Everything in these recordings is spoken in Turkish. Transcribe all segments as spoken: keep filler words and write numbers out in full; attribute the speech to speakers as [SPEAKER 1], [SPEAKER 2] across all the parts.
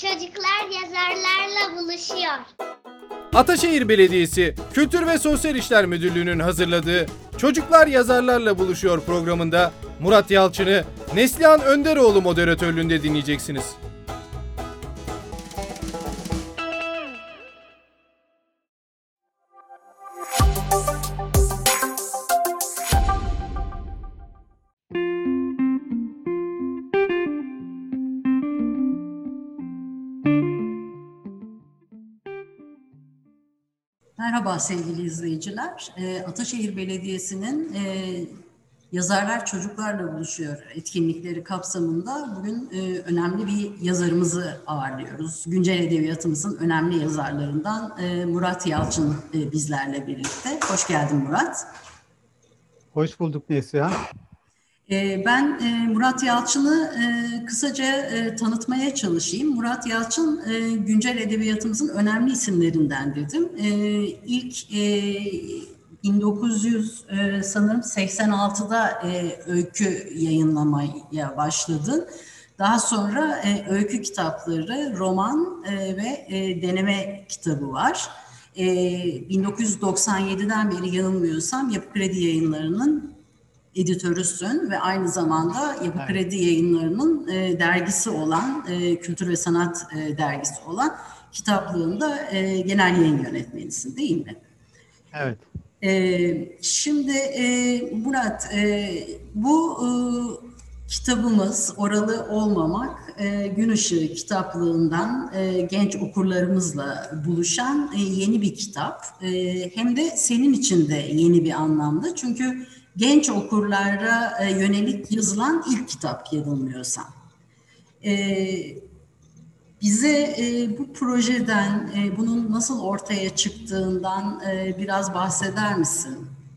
[SPEAKER 1] Çocuklar yazarlarla buluşuyor.
[SPEAKER 2] Ataşehir Belediyesi Kültür ve Sosyal İşler Müdürlüğü'nün hazırladığı Çocuklar Yazarlarla Buluşuyor programında Murat Yalçın'ı Neslihan Önderoğlu moderatörlüğünde dinleyeceksiniz.
[SPEAKER 3] Merhaba sevgili izleyiciler. Ataşehir Belediyesi'nin Yazarlar Çocuklarla Buluşuyor etkinlikleri kapsamında bugün önemli bir yazarımızı ağırlıyoruz. Güncel edebiyatımızın önemli yazarlarından Murat Yalçın bizlerle birlikte. Hoş geldin Murat.
[SPEAKER 4] Hoş bulduk Neslihan.
[SPEAKER 3] Ben Murat Yalçın'ı kısaca tanıtmaya çalışayım. Murat Yalçın güncel edebiyatımızın önemli isimlerinden dedim. İlk bin dokuz yüz sanırım seksen altıda öykü yayınlamaya başladın. Daha sonra öykü kitapları, roman ve deneme kitabı var. bin dokuz yüz doksan yediden beri yanılmıyorsam Yapı Kredi Yayınları'nın editörüsün ve aynı zamanda Yapı evet. Kredi Yayınları'nın e, dergisi olan, e, Kültür ve Sanat e, dergisi olan Kitaplığında e, genel yayın yönetmenisin değil mi?
[SPEAKER 4] Evet.
[SPEAKER 3] E, şimdi e, Murat, e, bu e, kitabımız Oralı Olmamak, e, Gün Işığı kitaplığından e, genç okurlarımızla buluşan e, yeni bir kitap. E, hem de senin için de yeni bir anlamda çünkü genç okurlara yönelik yazılan ilk kitap yanılmıyorsam. Ee, bize e, bu projeden, e, bunun nasıl ortaya çıktığından e, biraz bahseder misin?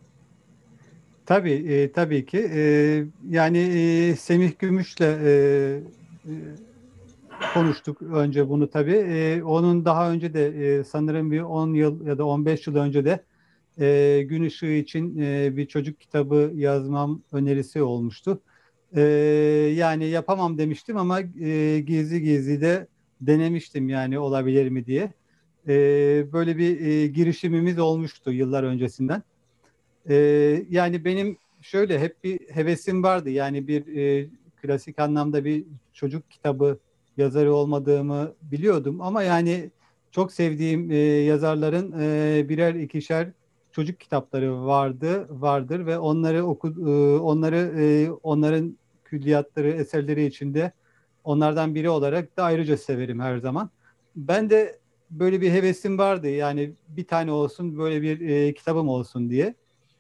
[SPEAKER 4] Tabii, e, tabii ki. E, yani e, Semih Gümüş'le e, e, konuştuk önce bunu tabii. E, onun daha önce de e, sanırım bir on yıl ya da on beş yıl önce de E, Gün Işığı için e, bir çocuk kitabı yazmam önerisi olmuştu. E, yani yapamam demiştim ama e, gizli gizli de denemiştim yani olabilir mi diye. E, böyle bir e, girişimimiz olmuştu yıllar öncesinden. E, yani benim şöyle hep bir hevesim vardı. Yani bir e, klasik anlamda bir çocuk kitabı yazarı olmadığımı biliyordum ama yani çok sevdiğim e, yazarların e, birer ikişer çocuk kitapları vardı vardır ve onları oku e, onları e, onların külliyatları eserleri içinde onlardan biri olarak da ayrıca severim her zaman. Ben de böyle bir hevesim vardı yani bir tane olsun böyle bir e, kitabım olsun diye.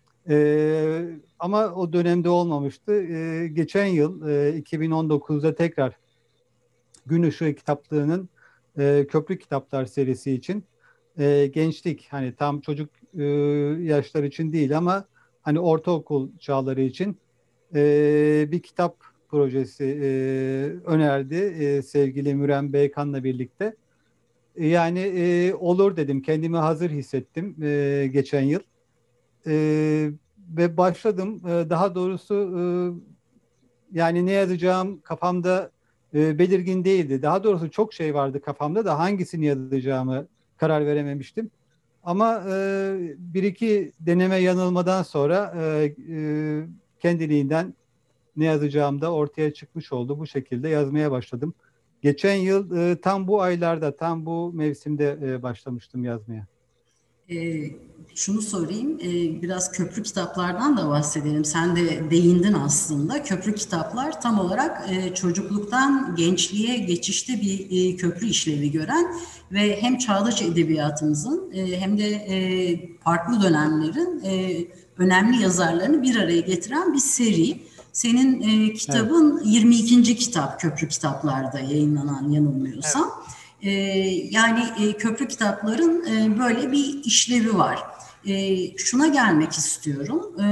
[SPEAKER 4] E, ama o dönemde olmamıştı. E, geçen yıl e, iki bin on dokuzda tekrar Gün Işığı kitaplığının e, Köprü Kitaplar serisi için e, gençlik hani tam çocuk e, yaşlar için değil ama hani ortaokul çağları için e, bir kitap projesi e, önerdi e, sevgili Müren Beykan'la birlikte. E, yani e, olur dedim, kendimi hazır hissettim e, geçen yıl e, ve başladım. E, daha doğrusu e, yani ne yazacağım kafamda e, belirgin değildi. Daha doğrusu çok şey vardı kafamda da hangisini yazacağımı karar verememiştim. Ama e, bir iki deneme yanılmadan sonra e, e, kendiliğinden ne yazacağım da ortaya çıkmış oldu. Bu şekilde yazmaya başladım. Geçen yıl e, tam bu aylarda, tam bu mevsimde e, başlamıştım yazmaya.
[SPEAKER 3] Ee, şunu sorayım, ee, biraz köprü kitaplardan da bahsedelim. Sen de değindin aslında. Köprü kitaplar tam olarak e, çocukluktan gençliğe geçişte bir e, köprü işlevi gören ve hem çağdaş edebiyatımızın e, hem de e, farklı dönemlerin e, önemli yazarlarını bir araya getiren bir seri. Senin e, kitabın evet. yirmi ikinci kitap köprü kitaplarda yayınlanan yanılmıyorsam. Evet. Ee, yani e, köprü kitapların e, böyle bir işlevi var. E, şuna gelmek istiyorum. E,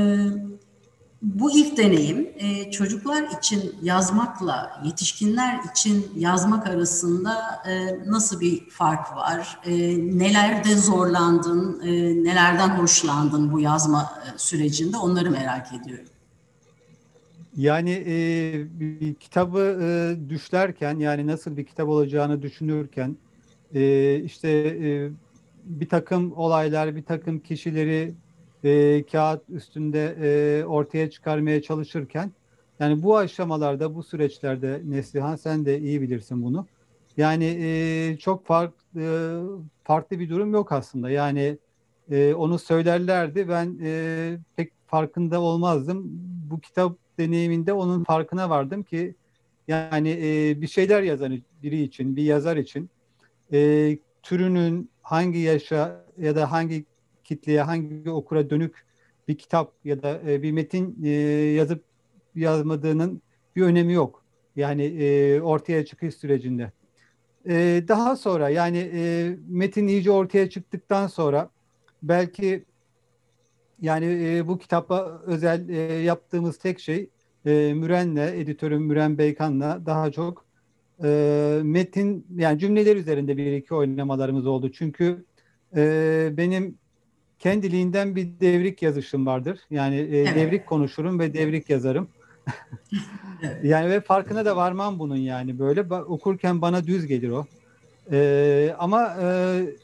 [SPEAKER 3] bu ilk deneyim e, çocuklar için yazmakla yetişkinler için yazmak arasında e, nasıl bir fark var? E, nelerde zorlandın, e, nelerden hoşlandın bu yazma sürecinde? Onları merak ediyorum.
[SPEAKER 4] Yani e, bir kitabı e, düşlerken, yani nasıl bir kitap olacağını düşünürken, e, işte e, bir takım olaylar, bir takım kişileri e, kağıt üstünde e, ortaya çıkarmaya çalışırken, yani bu aşamalarda, bu süreçlerde Neslihan, sen de iyi bilirsin bunu. Yani e, çok farklı farklı bir durum yok aslında. Yani e, onu söylerlerdi, ben e, pek farkında olmazdım. Bu kitap deneyiminde onun farkına vardım ki, yani e, bir şeyler yazan biri için, bir yazar için e, türünün hangi yaşa ya da hangi kitleye, hangi okura dönük bir kitap ya da e, bir metin e, yazıp yazmadığının bir önemi yok. Yani e, ortaya çıkış sürecinde. E, daha sonra, yani e, metin iyice ortaya çıktıktan sonra belki, yani e, bu kitapla özel e, yaptığımız tek şey, e, Müren'le, editörüm Müren Beykan'la daha çok e, metin, yani cümleler üzerinde bir iki oynamalarımız oldu. Çünkü e, benim kendiliğinden bir devrik yazışım vardır. Yani e,
[SPEAKER 3] Evet.
[SPEAKER 4] devrik konuşurum ve devrik yazarım.
[SPEAKER 3] Evet.
[SPEAKER 4] Yani ve farkına da varmam bunun, yani böyle Ba- okurken bana düz gelir o. E, ama e,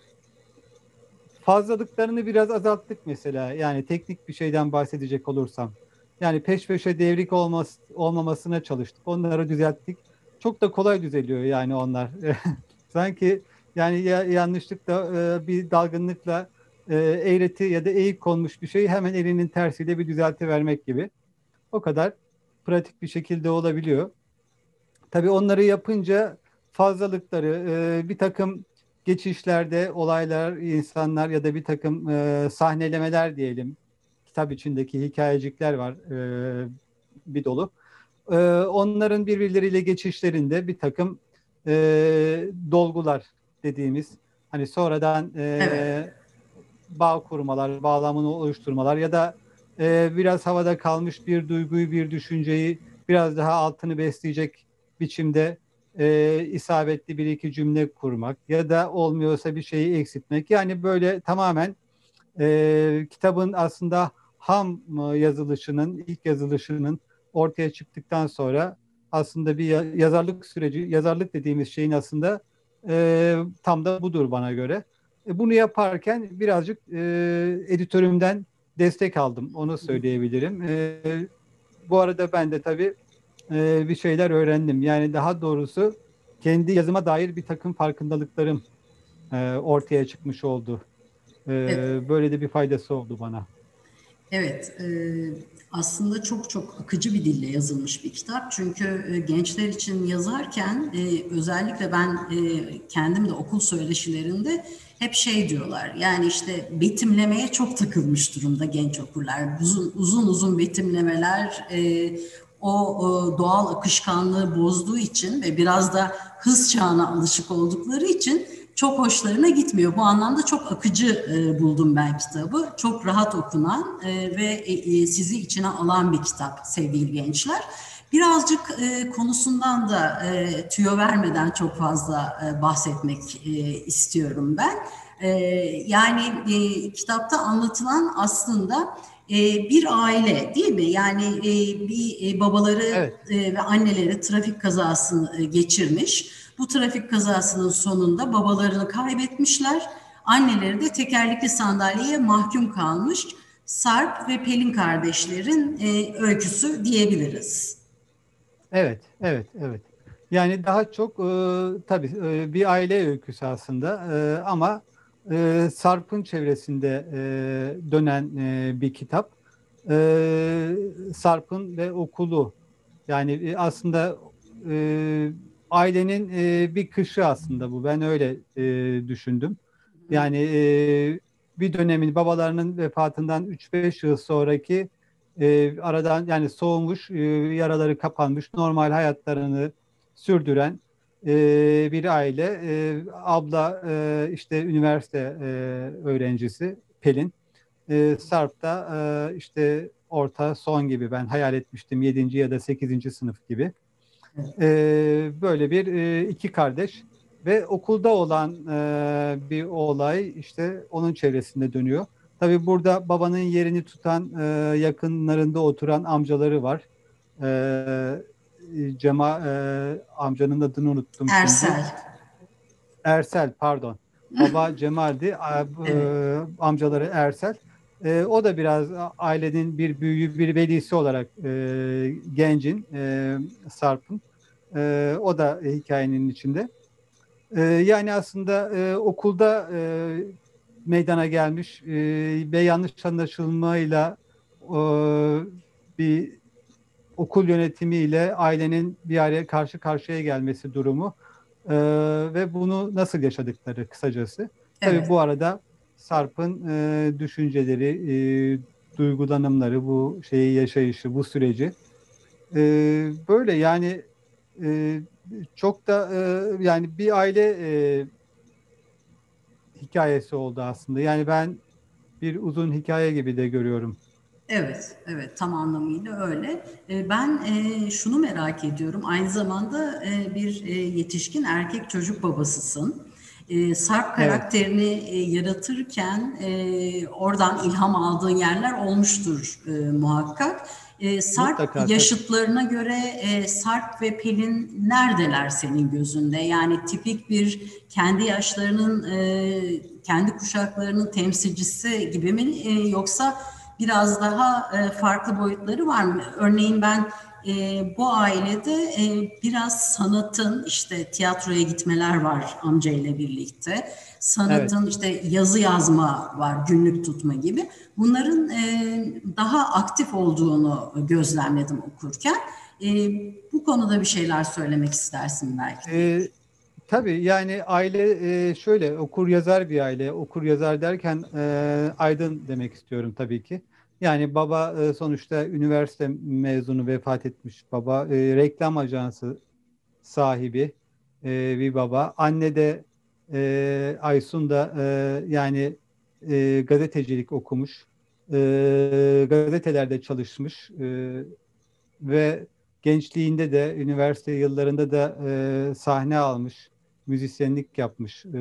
[SPEAKER 4] fazlalıklarını biraz azalttık mesela. Yani teknik bir şeyden bahsedecek olursam. Yani peş peşe devrik olmaz, olmamasına çalıştık. Onları düzelttik. Çok da kolay düzeliyor yani onlar. Sanki yani ya, yanlışlıkla e, bir dalgınlıkla e, eğreti ya da eğik konmuş bir şeyi hemen elinin tersiyle bir düzelti vermek gibi. O kadar pratik bir şekilde olabiliyor. Tabii onları yapınca fazlalıkları, e, bir takım geçişlerde olaylar, insanlar ya da bir takım e, sahnelemeler diyelim. Kitap içindeki hikayecikler var e, bir dolu. E, onların birbirleriyle geçişlerinde bir takım e, dolgular dediğimiz, hani sonradan
[SPEAKER 3] Evet.
[SPEAKER 4] e, bağ kurmalar, bağlamını oluşturmalar ya da e, biraz havada kalmış bir duyguyu, bir düşünceyi biraz daha altını besleyecek biçimde e, isabetli bir iki cümle kurmak ya da olmuyorsa bir şeyi eksiltmek. Yani böyle tamamen e, kitabın aslında ham e, yazılışının, ilk yazılışının ortaya çıktıktan sonra aslında bir yazarlık süreci, yazarlık dediğimiz şeyin aslında e, tam da budur bana göre. E, bunu yaparken birazcık e, editörümden destek aldım, onu söyleyebilirim. E, bu arada ben de tabii e, bir şeyler öğrendim. Yani daha doğrusu kendi yazıma dair bir takım farkındalıklarım e, ortaya çıkmış oldu.
[SPEAKER 3] Evet.
[SPEAKER 4] Ee, böyle de bir faydası oldu bana.
[SPEAKER 3] Evet, e, aslında çok çok akıcı bir dille yazılmış bir kitap. Çünkü e, gençler için yazarken e, özellikle ben e, kendim de okul söyleşilerinde hep şey diyorlar. Yani işte betimlemeye çok takılmış durumda genç okurlar. Uzun uzun, uzun betimlemeler e, o, o doğal akışkanlığı bozduğu için ve biraz da hız çağına alışık oldukları için çok hoşlarına gitmiyor. Bu anlamda çok akıcı e, buldum ben kitabı. Çok rahat okunan e, ve e, e, sizi içine alan bir kitap sevgili gençler. Birazcık e, konusundan da e, tüyo vermeden çok fazla e, bahsetmek e, istiyorum ben. E, yani e, kitapta anlatılan aslında e, bir aile değil mi? Yani e, bir e, babaları
[SPEAKER 4] Evet,
[SPEAKER 3] e, ve anneleri trafik kazası e, geçirmiş. Bu trafik kazasının sonunda babalarını kaybetmişler. Anneleri de tekerlekli sandalyeye mahkum kalmış. Sarp ve Pelin kardeşlerin e, öyküsü diyebiliriz.
[SPEAKER 4] evet, evet, evet. Yani daha çok e, tabii e, bir aile öyküsü aslında, e, ama e, Sarp'ın çevresinde e, dönen e, bir kitap. E, Sarp'ın ve okulu, yani e, aslında e, ailenin e, bir kışı aslında bu. Ben öyle e, düşündüm. Yani e, bir dönemin, babalarının vefatından üç beş yıl sonraki e, aradan, yani soğumuş, e, yaraları kapanmış, normal hayatlarını sürdüren e, bir aile. E, abla e, işte üniversite e, öğrencisi Pelin. E, Sarp da e, işte orta son gibi, ben hayal etmiştim, yedinci ya da sekizinci sınıf gibi. E, böyle bir e, iki kardeş ve okulda olan e, bir olay işte onun çevresinde dönüyor. Tabii burada babanın yerini tutan, e, yakınlarında oturan amcaları var. e, Cema e, amcanın adını unuttum şimdi.
[SPEAKER 3] Ersel.
[SPEAKER 4] Ersel pardon. Baba Cemal'di. a- bu,
[SPEAKER 3] Evet.
[SPEAKER 4] e, amcaları Ersel. E, o da biraz ailenin bir büyüğü, bir velisi olarak e, gencin, e, Sarp'ın. E, o da hikayenin içinde. E, yani aslında e, okulda e, meydana gelmiş e, ve yanlış anlaşılmayla e, bir okul yönetimiyle ailenin bir araya karşı karşıya gelmesi durumu e, ve bunu nasıl yaşadıkları kısacası. Tabii
[SPEAKER 3] Evet.
[SPEAKER 4] bu arada Sarp'ın e, düşünceleri, e, duygulanımları, bu şeyi yaşayışı, bu süreci e, böyle yani e, çok da e, yani bir aile e, hikayesi oldu aslında. Yani ben bir uzun hikaye gibi de görüyorum.
[SPEAKER 3] Evet, evet tam anlamıyla öyle. E, Ben e, şunu merak ediyorum. Aynı zamanda e, bir e, yetişkin erkek çocuk babasısın. E, Sarp
[SPEAKER 4] Evet,
[SPEAKER 3] karakterini e, yaratırken e, oradan ilham aldığın yerler olmuştur e, muhakkak. E, Sarp
[SPEAKER 4] mutlaka tabii.
[SPEAKER 3] yaşıtlarına göre e, Sarp ve Pelin neredeler senin gözünde? Yani tipik bir kendi yaşlarının, e, kendi kuşaklarının temsilcisi gibi mi? E, yoksa biraz daha e, farklı boyutları var mı? Örneğin ben e, bu ailede e, biraz sanatın işte tiyatroya gitmeler var amcayla birlikte.
[SPEAKER 4] Evet.
[SPEAKER 3] Sanatın işte yazı yazma var, günlük tutma gibi. Bunların e, daha aktif olduğunu gözlemledim okurken. E, Bu konuda bir şeyler söylemek istersin belki diye.
[SPEAKER 4] E, Tabii yani aile e, şöyle okur yazar bir aile. Okur yazar derken e, aydın demek istiyorum tabii ki. Yani baba e, sonuçta üniversite mezunu vefat etmiş baba. E, reklam ajansı sahibi e, bir baba. Anne de e, Aysun da e, yani e, gazetecilik okumuş. E, gazetelerde çalışmış. E, ve gençliğinde de üniversite yıllarında da e, sahne almış, müzisyenlik yapmış e,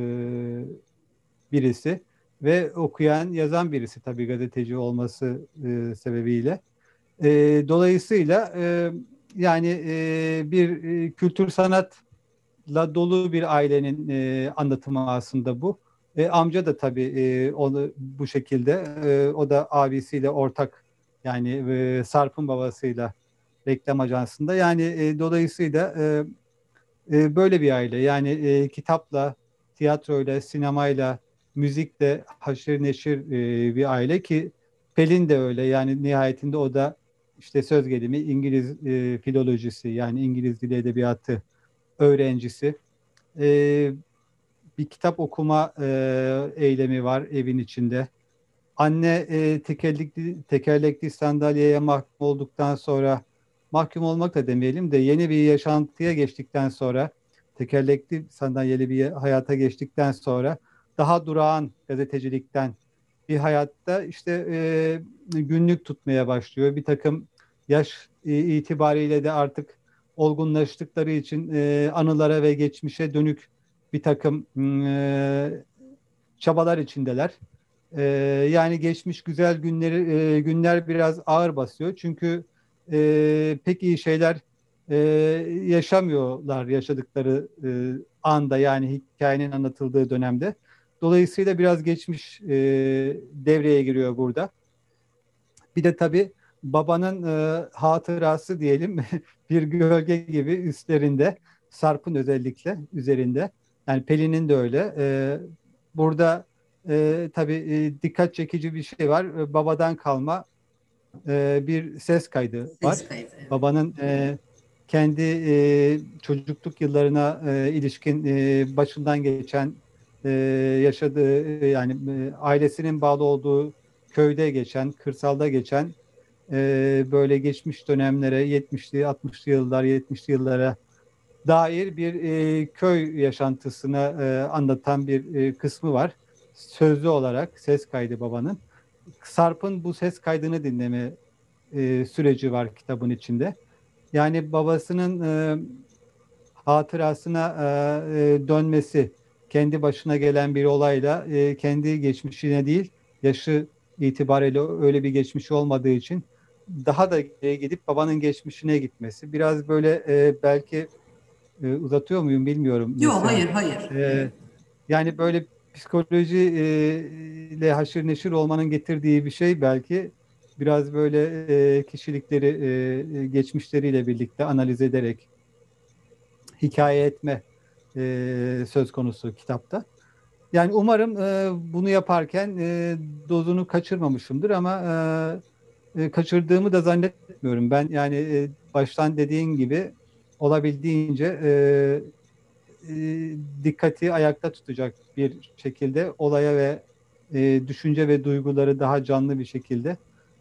[SPEAKER 4] birisi ve okuyan, yazan birisi tabii gazeteci olması e, sebebiyle. E, dolayısıyla e, yani e, bir e, kültür sanatla dolu bir ailenin e, anlatımı aslında bu. E, amca da tabii e, onu bu şekilde, e, o da abisiyle ortak yani e, Sarp'ın babasıyla reklam ajansında. Yani e, dolayısıyla e, e, böyle bir aile. Yani e, kitapla, tiyatroyla, sinemayla, müzikle haşır neşir e, bir aile ki Pelin de öyle. Yani nihayetinde o da işte söz gelimi İngiliz e, filolojisi yani İngiliz dili edebiyatı öğrencisi. E, Bir kitap okuma e, eylemi var evin içinde. Anne e, tekerlekli, tekerlekli sandalyeye mahkum olduktan sonra mahkum olmak da demeyelim de yeni bir yaşantıya geçtikten sonra tekerlekli sandalyeli bir hayata geçtikten sonra daha durağan gazetecilikten bir hayatta işte e, günlük tutmaya başlıyor. Bir takım yaş e, itibariyle de artık olgunlaştıkları için e, anılara ve geçmişe dönük bir takım e, çabalar içindeler. Ee, Yani geçmiş güzel günleri e, günler biraz ağır basıyor. Çünkü e, pek iyi şeyler e, yaşamıyorlar yaşadıkları e, anda yani hikayenin anlatıldığı dönemde. Dolayısıyla biraz geçmiş e, devreye giriyor burada. Bir de tabii babanın e, hatırası diyelim bir gölge gibi üstlerinde. Sarp'ın özellikle üzerinde. Yani Pelin'in de öyle. E, burada e, tabii e, dikkat çekici bir şey var. E, babadan kalma e, bir ses kaydı var.
[SPEAKER 3] Ses kaydı. Evet.
[SPEAKER 4] Babanın e, kendi e, çocukluk yıllarına e, ilişkin e, başından geçen e, yaşadığı e, yani e, ailesinin bağlı olduğu köyde geçen, kırsalda geçen e, böyle geçmiş dönemlere yetmişli, altmışlı yıllar, yetmişli yıllara dair bir e, köy yaşantısını e, anlatan bir e, kısmı var. Sözlü olarak ses kaydı babanın. Sarp'ın bu ses kaydını dinleme e, süreci var kitabın içinde. Yani babasının e, hatırasına e, e, dönmesi, kendi başına gelen bir olayla e, kendi geçmişine değil, yaşı itibariyle öyle bir geçmişi olmadığı için daha da geriye gidip babanın geçmişine gitmesi. Biraz böyle e, belki e, uzatıyor muyum bilmiyorum
[SPEAKER 3] Yok,
[SPEAKER 4] Neslihan.
[SPEAKER 3] hayır, hayır.
[SPEAKER 4] E, yani böyle psikoloji e, ile haşır neşir olmanın getirdiği bir şey belki biraz böyle e, kişilikleri e, geçmişleriyle birlikte analiz ederek hikaye etme e, söz konusu kitapta. Yani umarım e, bunu yaparken e, dozunu kaçırmamışımdır ama e, e, kaçırdığımı da zannetmiyorum. Ben yani e, baştan dediğin gibi olabildiğince e, e, dikkati ayakta tutacak bir şekilde olaya ve e, düşünce ve duyguları daha canlı bir şekilde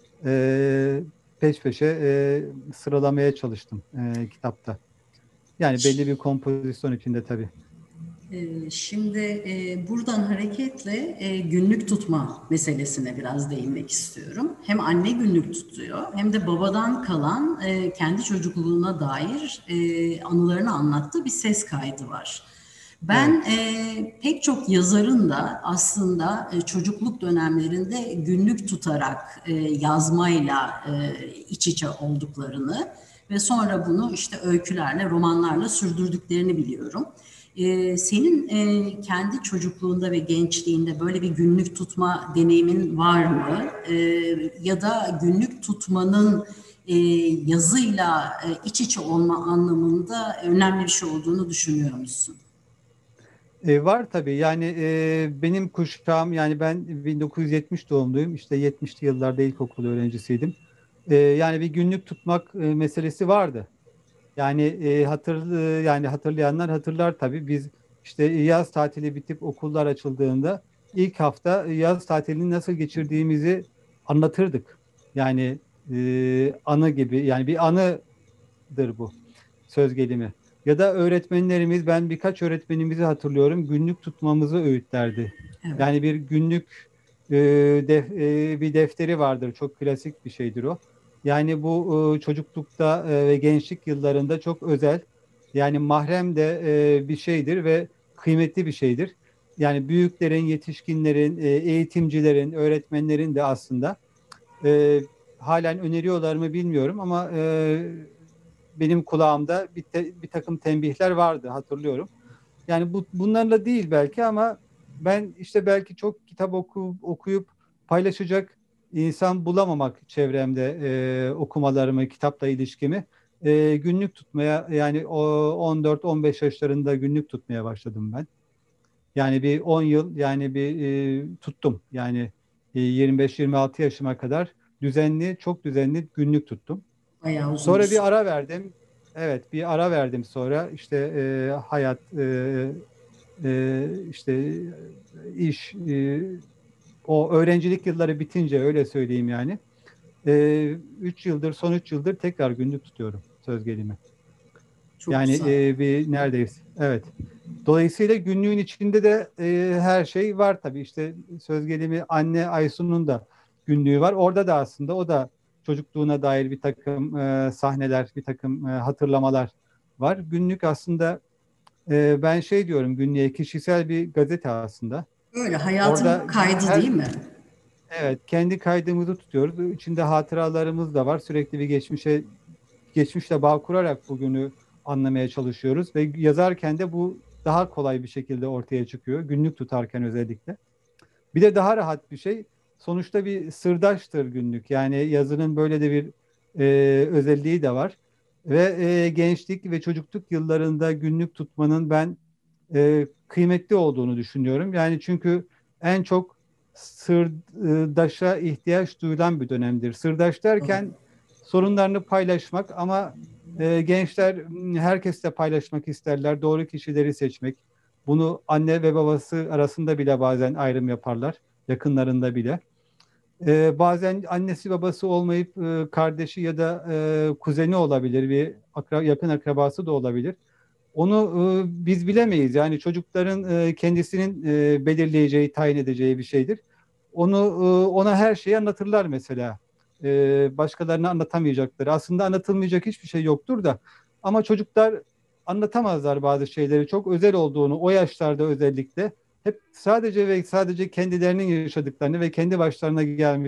[SPEAKER 4] e, peş peşe e, sıralamaya çalıştım e, kitapta. Yani belli bir kompozisyon içinde tabii.
[SPEAKER 3] Ee, Şimdi e, buradan hareketle e, günlük tutma meselesine biraz değinmek istiyorum. Hem anne günlük tutuyor hem de babadan kalan e, kendi çocukluğuna dair e, anılarını anlattığı bir ses kaydı var. Ben
[SPEAKER 4] Evet.
[SPEAKER 3] e, pek çok yazarın da aslında e, çocukluk dönemlerinde günlük tutarak e, yazmayla e, iç içe olduklarını ve sonra bunu işte öykülerle, romanlarla sürdürdüklerini biliyorum. Ee, senin e, kendi çocukluğunda ve gençliğinde böyle bir günlük tutma deneyimin var mı? Ee, ya da günlük tutmanın e, yazıyla e, iç içe olma anlamında önemli bir şey olduğunu düşünüyor musun?
[SPEAKER 4] E, var tabii yani e, benim kuşağım yani ben bin dokuz yüz yetmiş doğumluyum işte yetmişli yıllarda ilkokul öğrencisiydim. E, yani bir günlük tutmak e, meselesi vardı. Yani e, hatır e, yani hatırlayanlar hatırlar tabii biz işte yaz tatili bitip okullar açıldığında ilk hafta yaz tatilini nasıl geçirdiğimizi anlatırdık. Yani e, anı gibi yani bir anıdır bu söz gelimi. Ya da öğretmenlerimiz, ben birkaç öğretmenimizi hatırlıyorum, günlük tutmamızı öğütlerdi.
[SPEAKER 3] Evet.
[SPEAKER 4] Yani bir günlük e, def, e, bir defteri vardır, çok klasik bir şeydir o. Yani bu e, çocuklukta e, ve gençlik yıllarında çok özel, yani mahrem de e, bir şeydir ve kıymetli bir şeydir. Yani büyüklerin, yetişkinlerin, e, eğitimcilerin, öğretmenlerin de aslında e, halen öneriyorlar mı bilmiyorum ama e, benim kulağımda bir, te, bir takım tembihler vardı hatırlıyorum. Yani bu bunlarla değil belki ama ben işte belki çok kitap oku, okuyup paylaşacak insan bulamamak çevremde e, okumalarımı, kitapla ilişkimi e, günlük tutmaya yani o on dört on beş yaşlarında günlük tutmaya başladım ben. Yani bir on yıl yani bir e, tuttum. Yani e, yirmi beş yirmi altı yaşıma kadar düzenli, çok düzenli günlük tuttum.
[SPEAKER 3] Bayağı uzun bir
[SPEAKER 4] Sonra bir
[SPEAKER 3] süre.
[SPEAKER 4] ara verdim. Evet, bir ara verdim sonra. İşte e, hayat, e, e, işte e, iş, e, o öğrencilik yılları bitince öyle söyleyeyim yani. E, üç yıldır, son üç yıldır tekrar günlük tutuyorum söz gelimi.
[SPEAKER 3] Çok
[SPEAKER 4] Yani
[SPEAKER 3] güzel.
[SPEAKER 4] e, bir neredeyse, evet. Dolayısıyla günlüğün içinde de e, her şey var tabii. İşte söz gelimi anne Aysun'un da günlüğü var. Orada da aslında o da çocukluğuna dair bir takım e, sahneler, bir takım e, hatırlamalar var. Günlük aslında e, ben şey diyorum, günlüğe kişisel bir gazete aslında.
[SPEAKER 3] Öyle hayatın
[SPEAKER 4] Orada
[SPEAKER 3] kaydı
[SPEAKER 4] her
[SPEAKER 3] değil mi?
[SPEAKER 4] evet kendi kaydımızı tutuyoruz. İçinde hatıralarımız da var. Sürekli bir geçmişe geçmişle bağ kurarak bugünü anlamaya çalışıyoruz ve yazarken de bu daha kolay bir şekilde ortaya çıkıyor. Günlük tutarken özellikle. Bir de daha rahat bir şey. Sonuçta bir sırdaştır günlük. Yani yazının böyle de bir e, özelliği de var. Ve e, gençlik ve çocukluk yıllarında günlük tutmanın ben e, kıymetli olduğunu düşünüyorum. Yani çünkü en çok sırdaşa ihtiyaç duyulan bir dönemdir. Sırdaş
[SPEAKER 3] Doğru.
[SPEAKER 4] derken sorunlarını paylaşmak ama e, gençler herkesle paylaşmak isterler. Doğru kişileri seçmek. Bunu anne ve babası arasında bile bazen ayrım yaparlar. Yakınlarında bile. Ee, bazen annesi babası olmayıp e, kardeşi ya da e, kuzeni olabilir. Bir akra- yakın akrabası da olabilir. Onu e, biz bilemeyiz. Yani çocukların e, kendisinin e, belirleyeceği, tayin edeceği bir şeydir. Onu e, ona her şeyi anlatırlar mesela. E, başkalarına anlatamayacakları. Aslında anlatılmayacak hiçbir şey yoktur da. Ama çocuklar anlatamazlar bazı şeyleri. Çok özel olduğunu o yaşlarda özellikle hep sadece ve sadece kendilerinin yaşadıklarını ve kendi başlarına gelmiş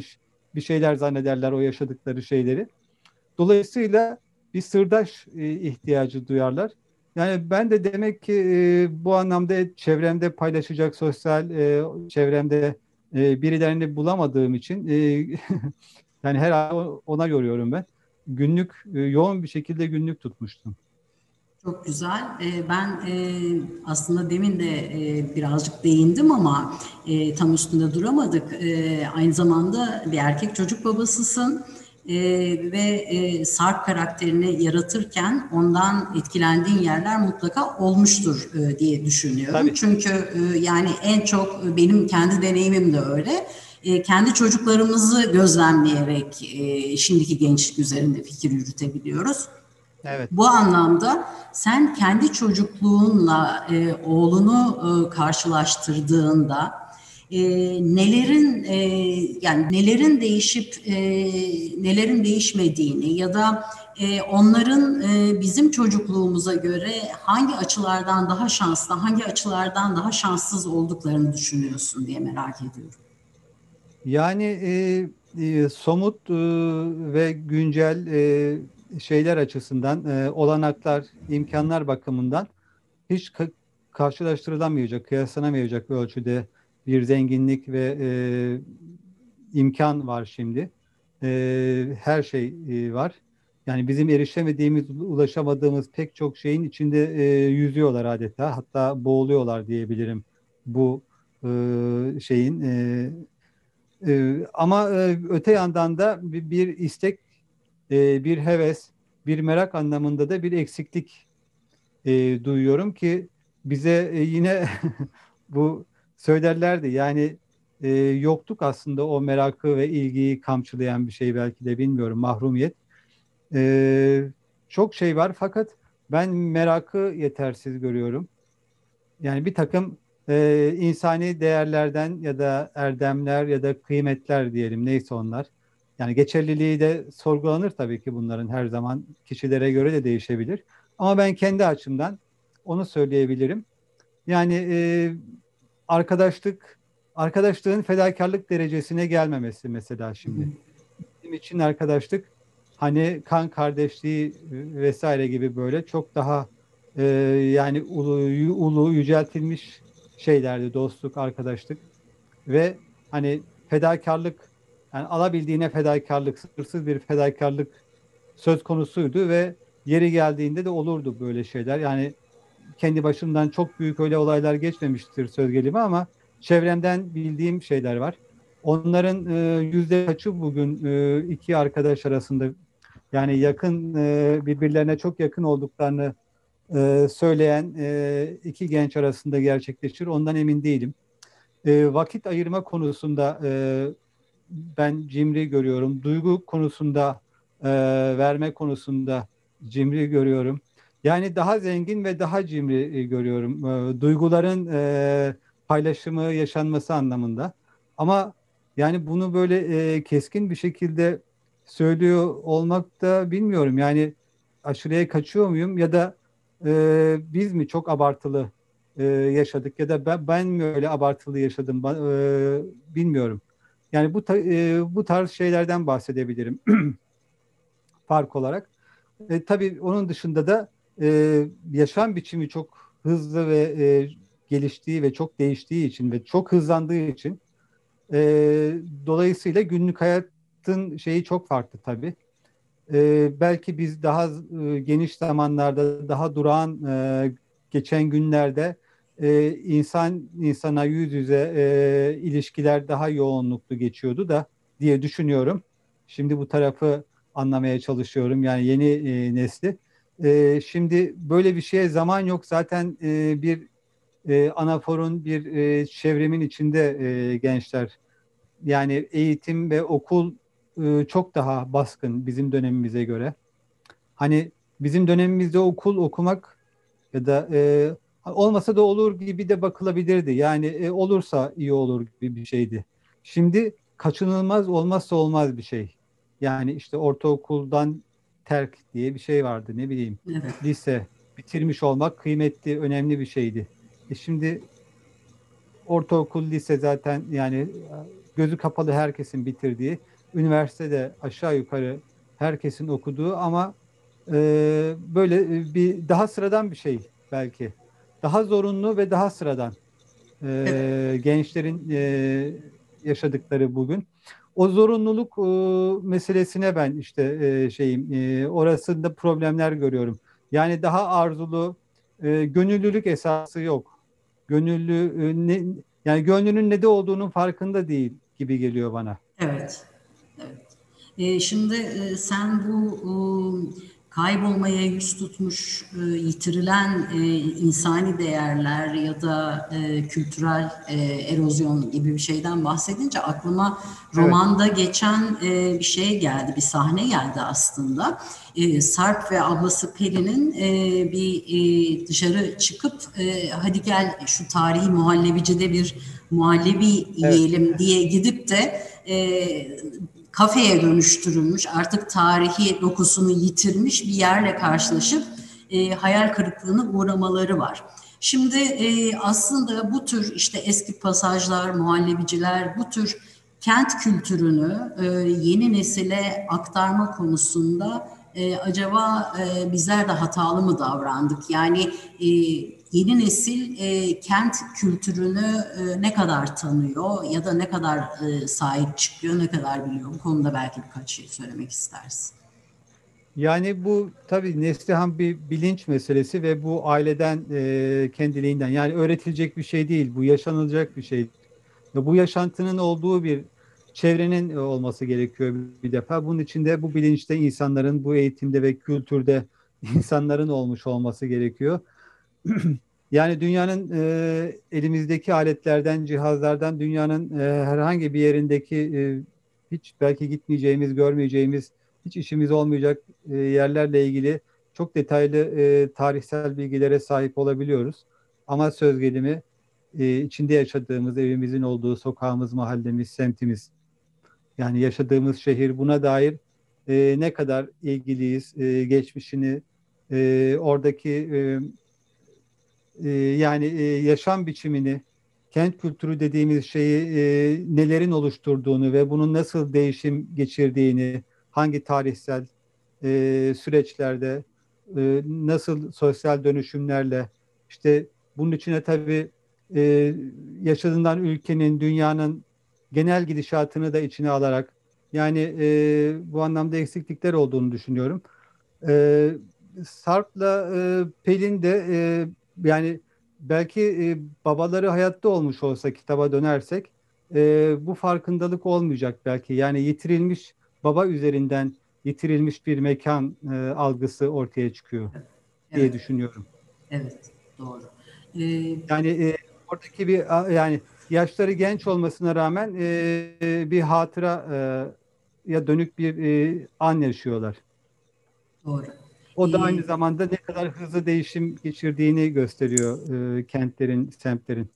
[SPEAKER 4] bir şeyler zannederler o yaşadıkları şeyleri. Dolayısıyla bir sırdaş e, ihtiyacı duyarlar. Yani ben de demek ki e, bu anlamda çevremde paylaşacak sosyal e, çevremde e, birilerini bulamadığım için e, yani her ay ona yoruyorum ben. Günlük e, yoğun bir şekilde günlük tutmuştum.
[SPEAKER 3] Çok güzel. Ee, Ben e, aslında demin de e, birazcık değindim ama e, tam üstünde duramadık. E, Aynı zamanda bir erkek çocuk babasısın. E, ve e, Sarp karakterini yaratırken ondan etkilendiğin yerler mutlaka olmuştur e, diye düşünüyorum.
[SPEAKER 4] Tabii.
[SPEAKER 3] Çünkü e, yani en çok e, benim kendi deneyimim de öyle. E, kendi çocuklarımızı gözlemleyerek e, şimdiki gençlik üzerinde fikir yürütebiliyoruz.
[SPEAKER 4] Evet.
[SPEAKER 3] Bu anlamda sen kendi çocukluğunla e, oğlunu e, karşılaştırdığında e, nelerin e, yani nelerin değişip e, nelerin değişmediğini ya da e, onların e, bizim çocukluğumuza göre hangi açılardan daha şanslı, hangi açılardan daha şanssız olduklarını düşünüyorsun diye merak ediyorum.
[SPEAKER 4] Yani e, e, somut e, ve güncel e, şeyler açısından e, olanaklar, imkanlar bakımından hiç ka- karşılaştırılamayacak, kıyaslanamayacak bir ölçüde bir zenginlik ve e, imkan var şimdi. E, her şey e, var. Yani bizim erişemediğimiz, ulaşamadığımız pek çok şeyin içinde e, yüzüyorlar adeta. Hatta boğuluyorlar diyebilirim bu e, şeyin. E, e, ama e, öte yandan da bir, bir istek, e, bir heves, bir merak anlamında da bir eksiklik e, duyuyorum ki bize e, yine bu söylerlerdi. Yani e, yoktuk aslında o merakı ve ilgiyi kamçılayan bir şey belki de bilmiyorum mahrumiyet. E, Çok şey var fakat ben merakı yetersiz görüyorum. Yani bir takım e, insani değerlerden ya da erdemler ya da kıymetler diyelim neyse onlar. Yani geçerliliği de sorgulanır tabii ki bunların her zaman kişilere göre de değişebilir. Ama ben kendi açımdan onu söyleyebilirim. Yani e, arkadaşlık, arkadaşlığın fedakarlık derecesine gelmemesi mesela şimdi. Bizim için arkadaşlık hani kan kardeşliği vesaire gibi böyle çok daha e, yani ulu, ulu yüceltilmiş şeylerdi dostluk, arkadaşlık ve hani fedakarlık yani alabildiğine fedakarlık, sınırsız bir fedakarlık söz konusuydu ve yeri geldiğinde de olurdu böyle şeyler. Yani kendi başımdan çok büyük öyle olaylar geçmemiştir söz gelimi ama çevremden bildiğim şeyler var. Onların e, yüzde kaçı bugün e, iki arkadaş arasında yani yakın e, birbirlerine çok yakın olduklarını e, söyleyen e, iki genç arasında gerçekleşir ondan emin değilim. E, vakit ayırma konusunda e, ben cimri görüyorum. Duygu konusunda e, verme konusunda cimri görüyorum. Yani daha zengin ve daha cimri e, görüyorum. E, duyguların e, paylaşımı, yaşanması anlamında. Ama yani bunu böyle e, keskin bir şekilde söylüyor olmak da bilmiyorum. Yani aşırıya kaçıyor muyum ya da e, biz mi çok abartılı e, yaşadık ya da ben, ben mi öyle abartılı yaşadım Ba- e, bilmiyorum. Yani bu ta- e, bu tarz şeylerden bahsedebilirim fark olarak. E, tabii onun dışında da e, yaşam biçimi çok hızlı ve e, geliştiği ve çok değiştiği için ve çok hızlandığı için e, dolayısıyla günlük hayatın şeyi çok farklı tabii. E, belki biz daha e, geniş zamanlarda, daha durağan e, geçen günlerde e, insan insana yüz yüze e, ilişkiler daha yoğunluklu geçiyordu da diye düşünüyorum. Şimdi bu tarafı anlamaya çalışıyorum. Yani yeni e, nesli. E, şimdi böyle bir şeye zaman yok. Zaten e, bir e, anaforun, bir e, çevremin içinde e, gençler. Yani eğitim ve okul e, çok daha baskın bizim dönemimize göre. Hani bizim dönemimizde okul okumak ya da e, olmasa da olur gibi de bakılabilirdi. Yani e, olursa iyi olur gibi bir şeydi. Şimdi kaçınılmaz olmazsa olmaz bir şey. Yani işte ortaokuldan terk diye bir şey vardı ne bileyim.
[SPEAKER 3] Evet.
[SPEAKER 4] Lise bitirmiş olmak kıymetli, önemli bir şeydi. E şimdi ortaokul, lise zaten yani gözü kapalı herkesin bitirdiği. üniversitede aşağı yukarı herkesin okuduğu ama e, böyle bir daha sıradan bir şey belki. Daha zorunlu ve daha sıradan e, gençlerin e, yaşadıkları bugün. O zorunluluk e, meselesine ben işte e, şeyim e, orasında problemler görüyorum. Yani daha arzulu, e, gönüllülük esası yok. Gönüllü e, ne, yani gönlünün ne de olduğunun farkında değil gibi geliyor bana.
[SPEAKER 3] Evet. Evet. E, şimdi e, sen bu e, kaybolmaya yüz tutmuş, e, yitirilen e, insani değerler ya da e, kültürel e, erozyon gibi bir şeyden bahsedince aklıma
[SPEAKER 4] Evet.
[SPEAKER 3] romanda geçen e, bir şey geldi, bir sahne geldi aslında. E, Sarp ve ablası Peri'nin e, bir e, dışarı çıkıp e, hadi gel şu tarihi muhallebicide bir muhallebi
[SPEAKER 4] Evet.
[SPEAKER 3] yiyelim diye gidip de e, kafeye dönüştürülmüş, artık tarihi dokusunu yitirmiş bir yerle karşılaşıp e, hayal kırıklığına uğramaları var. Şimdi e, aslında bu tür işte eski pasajlar, muhallebiciler, bu tür kent kültürünü e, yeni nesile aktarma konusunda e, acaba e, bizler de hatalı mı davrandık? Yani e, yeni nesil e, kent kültürünü e, ne kadar tanıyor ya da ne kadar e, sahip çıkıyor, ne kadar biliyor? Bu konuda belki birkaç şey söylemek istersin.
[SPEAKER 4] Yani bu tabii Neslihan bir bilinç meselesi ve bu aileden e, kendiliğinden yani öğretilecek bir şey değil. Bu yaşanılacak bir şey. Ve bu yaşantının olduğu bir çevrenin e, olması gerekiyor bir defa. Bunun içinde bu bilinçte insanların, bu eğitimde ve kültürde insanların olmuş olması gerekiyor. Yani dünyanın e, elimizdeki aletlerden, cihazlardan dünyanın e, herhangi bir yerindeki e, hiç belki gitmeyeceğimiz, görmeyeceğimiz, hiç işimiz olmayacak e, yerlerle ilgili çok detaylı e, tarihsel bilgilere sahip olabiliyoruz. Ama söz gelimi e, içinde yaşadığımız, evimizin olduğu sokağımız, mahallemiz, semtimiz, yani yaşadığımız şehir buna dair e, ne kadar ilgiliyiz, e, geçmişini, e, oradaki e, e, yani e, yaşam biçimini, kent kültürü dediğimiz şeyi e, nelerin oluşturduğunu ve bunun nasıl değişim geçirdiğini, hangi tarihsel e, süreçlerde, e, nasıl sosyal dönüşümlerle, işte bunun içine tabii e, yaşadığından ülkenin, dünyanın genel gidişatını da içine alarak, yani e, bu anlamda eksiklikler olduğunu düşünüyorum. E, Sarp'la e, Pelin de e, yani belki e, babaları hayatta olmuş olsa kitaba dönersek e, bu farkındalık olmayacak belki. Yani yitirilmiş baba üzerinden yitirilmiş bir mekan e, algısı ortaya çıkıyor diye
[SPEAKER 3] Evet,
[SPEAKER 4] düşünüyorum.
[SPEAKER 3] evet, doğru. Ee,
[SPEAKER 4] Yani e, oradaki bir a- yani yaşları genç olmasına rağmen e, bir hatıra e, ya dönük bir e, an yaşıyorlar.
[SPEAKER 3] doğru.
[SPEAKER 4] O da aynı
[SPEAKER 3] Ee,
[SPEAKER 4] zamanda ne kadar hızlı değişim geçirdiğini gösteriyor e, kentlerin, semtlerin.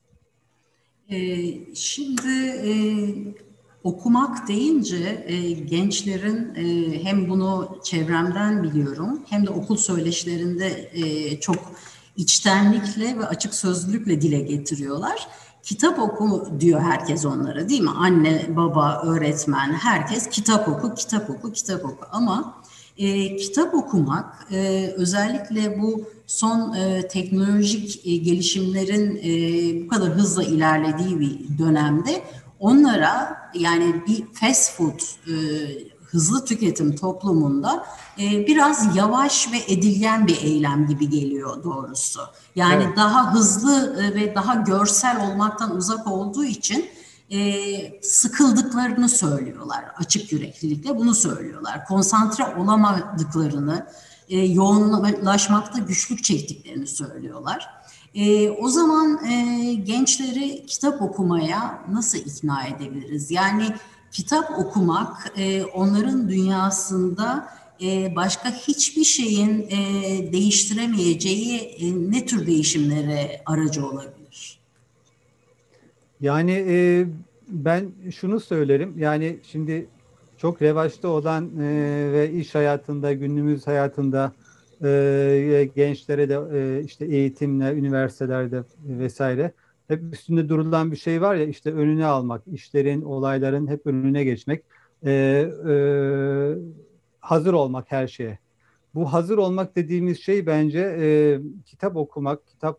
[SPEAKER 3] Ee, şimdi e, okumak deyince e, gençlerin e, hem bunu çevremden biliyorum hem de okul söyleşilerinde e, çok içtenlikle ve açık sözlülükle dile getiriyorlar. Kitap oku diyor herkes onlara, değil mi? Anne, baba, öğretmen, herkes kitap oku, kitap oku, kitap oku. Ama e, kitap okumak e, özellikle bu son e, teknolojik e, gelişimlerin e, bu kadar hızla ilerlediği bir dönemde onlara, yani bir fast food e, hızlı tüketim toplumunda e, biraz yavaş ve edilgen bir eylem gibi geliyor doğrusu. Yani
[SPEAKER 4] Evet.
[SPEAKER 3] daha hızlı e, ve daha görsel olmaktan uzak olduğu için e, sıkıldıklarını söylüyorlar. Açık yüreklilikle bunu söylüyorlar. Konsantre olamadıklarını, e, yoğunlaşmakta güçlük çektiklerini söylüyorlar. E, o zaman e, gençleri kitap okumaya nasıl ikna edebiliriz? Yani kitap okumak e, onların dünyasında e, başka hiçbir şeyin e, değiştiremeyeceği e, ne tür değişimlere aracı olabilir?
[SPEAKER 4] Yani e, ben şunu söylerim. Yani şimdi çok revaçta olan e, ve iş hayatında, günümüz hayatında e, gençlere de e, işte eğitimle, üniversitelerde vesaire hep üstünde durulan bir şey var ya işte önüne almak, işlerin, olayların hep önüne geçmek. e, e, hazır olmak her şeye. Bu hazır olmak dediğimiz şey bence e, kitap okumak, kitapla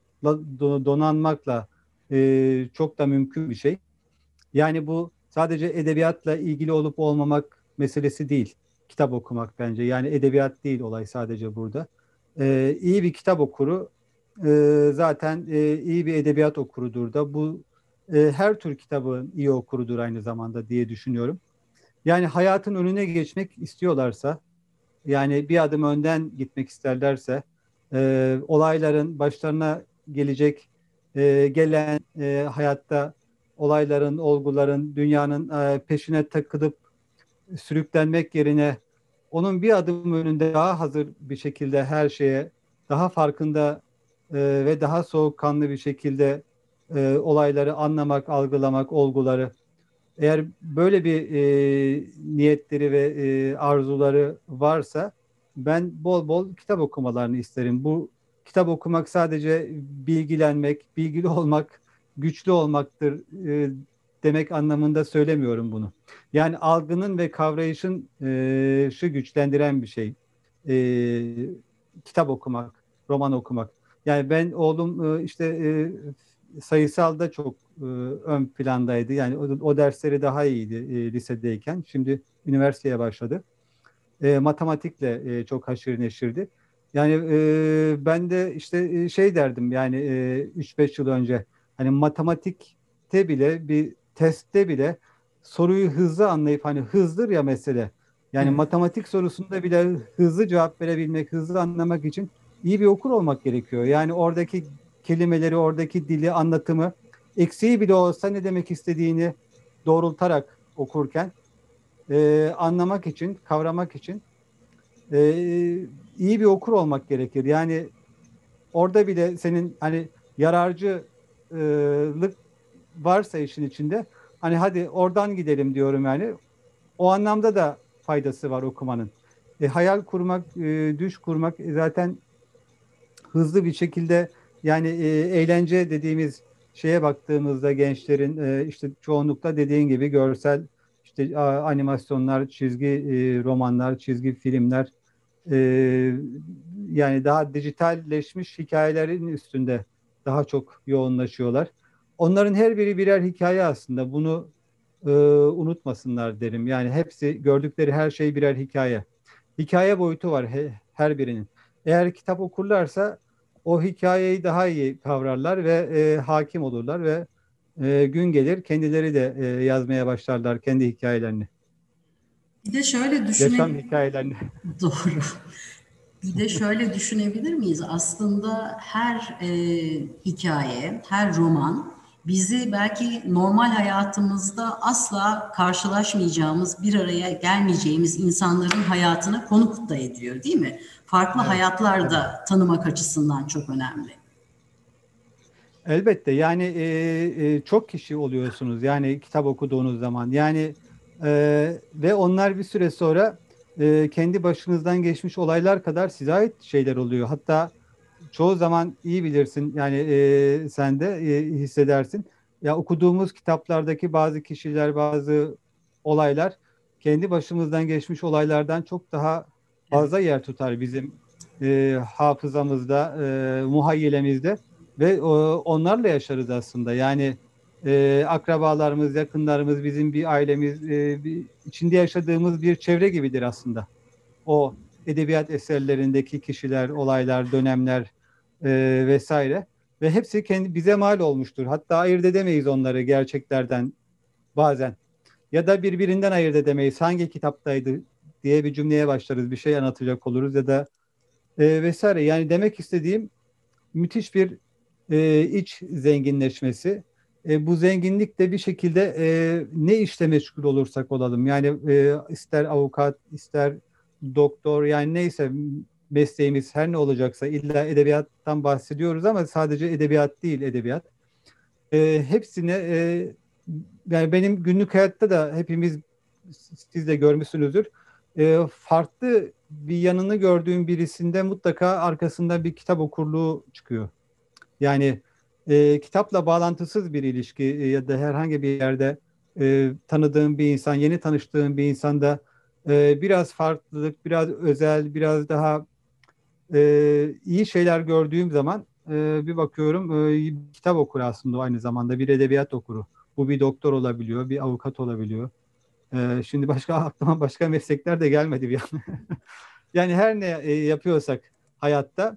[SPEAKER 4] do- donanmakla e, çok da mümkün bir şey. Yani bu sadece edebiyatla ilgili olup olmamak meselesi değil. Kitap okumak bence. Yani edebiyat değil olay sadece burada. E, iyi bir kitap okuru e, zaten e, iyi bir edebiyat okurudur da bu e, her tür kitabın iyi okurudur aynı zamanda diye düşünüyorum. Yani hayatın önüne geçmek istiyorlarsa, yani bir adım önden gitmek isterlerse, e, olayların başlarına gelecek, e, gelen e, hayatta olayların, olguların, dünyanın e, peşine takılıp sürüklenmek yerine onun bir adım önünde daha hazır bir şekilde her şeye, daha farkında e, ve daha soğukkanlı bir şekilde e, olayları anlamak, algılamak, olguları eğer böyle bir e, niyetleri ve e, arzuları varsa ben bol bol kitap okumalarını isterim. Bu kitap okumak sadece bilgilenmek, bilgili olmak, güçlü olmaktır e, demek anlamında söylemiyorum bunu. Yani algının ve kavrayışın e, şu güçlendiren bir şey. E, kitap okumak, roman okumak. Yani ben oğlum e, işte e, sayısalda çok e, ön plandaydı. Yani o, o dersleri daha iyiydi e, lisedeyken. Şimdi üniversiteye başladı. E, matematikle e, çok haşır neşirdi. Yani e, ben de işte e, şey derdim yani e, üç beş yıl önce hani matematikte bile bir testte bile soruyu hızlı anlayıp hani hızdır ya mesele. Yani
[SPEAKER 3] Evet.
[SPEAKER 4] matematik sorusunda bile hızlı cevap verebilmek, hızlı anlamak için iyi bir okur olmak gerekiyor. Yani oradaki kelimeleri, oradaki dili, anlatımı eksiği bile olsa ne demek istediğini doğrultarak okurken e, anlamak için, kavramak için e, iyi bir okur olmak gerekir. Yani orada bile senin hani yararcılık varsa işin içinde hani hadi oradan gidelim diyorum yani. O anlamda da faydası var okumanın. E, hayal kurmak, e, düş kurmak e, zaten hızlı bir şekilde yani e, eğlence dediğimiz şeye baktığımızda gençlerin e, işte çoğunlukla dediğin gibi görsel işte a, animasyonlar, çizgi e, romanlar, çizgi filmler e, yani daha dijitalleşmiş hikayelerin üstünde daha çok yoğunlaşıyorlar. Onların her biri birer hikaye aslında. Bunu e, unutmasınlar derim. Yani hepsi gördükleri her şey birer hikaye. Hikaye boyutu var he, her birinin. Eğer kitap okurlarsa o hikayeyi daha iyi kavrarlar ve e, hakim olurlar ve e, gün gelir kendileri de e, yazmaya başlarlar kendi hikayelerini.
[SPEAKER 3] Bir de şöyle
[SPEAKER 4] Yaşam
[SPEAKER 3] düşünelim.
[SPEAKER 4] hikayelerini.
[SPEAKER 3] Doğru. Bir de şöyle düşünebilir miyiz? Aslında her e, hikaye, her roman bizi belki normal hayatımızda asla karşılaşmayacağımız, bir araya gelmeyeceğimiz insanların hayatına konuk da ediyor, değil mi? Farklı
[SPEAKER 4] Evet,
[SPEAKER 3] hayatlar
[SPEAKER 4] tabii.
[SPEAKER 3] da tanımak açısından çok önemli.
[SPEAKER 4] Elbette yani e, e, çok kişi oluyorsunuz yani kitap okuduğunuz zaman yani e, ve onlar bir süre sonra e, kendi başınızdan geçmiş olaylar kadar size ait şeyler oluyor. Hatta çoğu zaman iyi bilirsin yani e, sen de e, hissedersin. Ya okuduğumuz kitaplardaki bazı kişiler, bazı olaylar kendi başımızdan geçmiş olaylardan çok daha
[SPEAKER 3] Evet.
[SPEAKER 4] fazla yer tutar bizim e, hafızamızda, e, muhayyilemizde ve o, onlarla yaşarız aslında. Yani e, akrabalarımız, yakınlarımız, bizim bir ailemiz, e, bir, içinde yaşadığımız bir çevre gibidir aslında. O edebiyat eserlerindeki kişiler, olaylar, dönemler e, vesaire ve hepsi kendi bize mal olmuştur. Hatta ayırt edemeyiz onları gerçeklerden bazen. Ya da birbirinden ayırt edemeyiz. Hangi kitaptaydı diye bir cümleye başlarız. Bir şey anlatacak oluruz ya da e, vesaire. Yani demek istediğim müthiş bir e, iç zenginleşmesi. E, bu zenginlik de bir şekilde e, ne işle meşgul olursak olalım. Yani e, ister avukat, ister doktor yani neyse mesleğimiz her ne olacaksa illa edebiyattan bahsediyoruz ama sadece edebiyat değil edebiyat. E, hepsine e, yani benim günlük hayatta da hepimiz siz de görmüşsünüzdür. E, farklı bir yanını gördüğüm birisinde mutlaka arkasında bir kitap okurluğu çıkıyor. Yani e, kitapla bağlantısız bir ilişki e, ya da herhangi bir yerde e, tanıdığım bir insan, yeni tanıştığım bir insanda e, biraz farklılık, biraz özel, biraz daha e, iyi şeyler gördüğüm zaman e, bir bakıyorum e, bir kitap okur aslında o aynı zamanda, bir edebiyat okuru. Bu bir doktor olabiliyor, bir avukat olabiliyor. E, şimdi başka aklıma başka meslekler de gelmedi bir an. Yani her ne e, yapıyorsak hayatta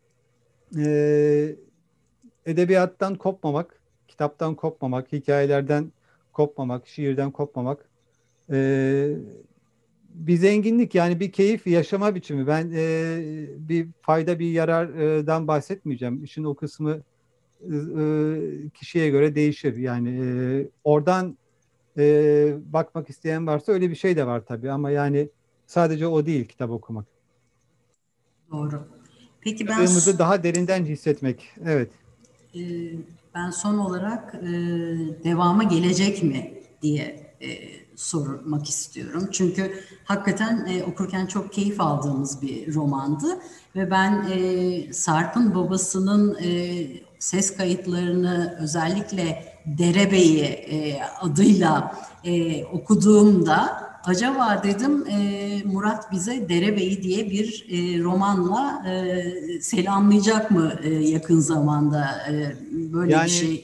[SPEAKER 4] e, edebiyattan kopmamak, kitaptan kopmamak, hikayelerden kopmamak, şiirden kopmamak e, bir zenginlik, yani bir keyif yaşama biçimi. Ben e, bir fayda, bir yarardan bahsetmeyeceğim. İşin o kısmı e, kişiye göre değişir. Yani e, oradan e, bakmak isteyen varsa öyle bir şey de var tabii, ama yani sadece o değil kitap okumak.
[SPEAKER 3] Doğru. Peki ben
[SPEAKER 4] Yaşadığımızı daha derinden hissetmek. Evet.
[SPEAKER 3] e, ben son olarak e, devamı gelecek mi diye e, sormak istiyorum. Çünkü hakikaten e, okurken çok keyif aldığımız bir romandı ve ben e, Sarp'ın babasının e, ses kayıtlarını özellikle Derebeyi e, adıyla e, okuduğumda acaba dedim e, Murat bize Derebeyi diye bir e, romanla e, selamlayacak mı e, yakın zamanda e, böyle
[SPEAKER 4] Yani
[SPEAKER 3] bir şey?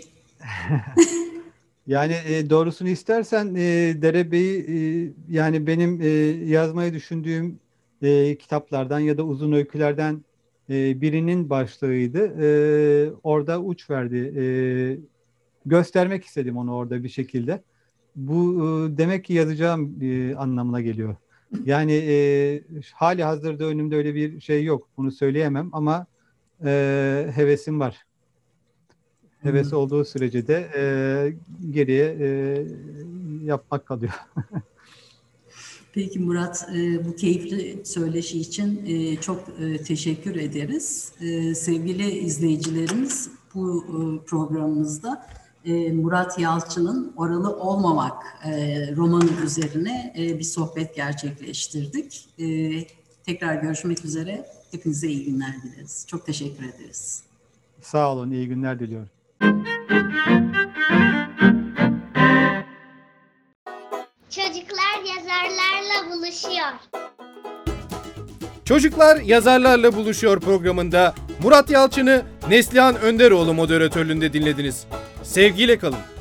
[SPEAKER 4] Yani e, doğrusunu istersen e, Derebeyi e, yani benim e, yazmayı düşündüğüm e, kitaplardan ya da uzun öykülerden e, birinin başlığıydı. E, orada uç verdi. E, göstermek istedim onu orada bir şekilde. Bu e, demek ki yazacağım e, anlamına geliyor. Yani e, hali hazırda önümde öyle bir şey yok. Bunu söyleyemem ama e, hevesim var. Heves
[SPEAKER 3] Hmm.
[SPEAKER 4] olduğu sürece de e, geriye e, yapmak kalıyor.
[SPEAKER 3] Peki Murat, e, bu keyifli söyleşi için e, çok e, teşekkür ederiz. E, sevgili izleyicilerimiz, bu e, programımızda e, Murat Yalçın'ın Oralı Olmamak e, romanı üzerine e, bir sohbet gerçekleştirdik. E, tekrar görüşmek üzere. Hepinize iyi günler dileriz. Çok teşekkür ederiz.
[SPEAKER 4] Sağ olun, iyi günler diliyorum.
[SPEAKER 1] Çocuklar yazarlarla buluşuyor.
[SPEAKER 2] Çocuklar Yazarlarla Buluşuyor programında Murat Yalçın'ı Neslihan Önderoğlu moderatörlüğünde dinlediniz. Sevgiyle kalın.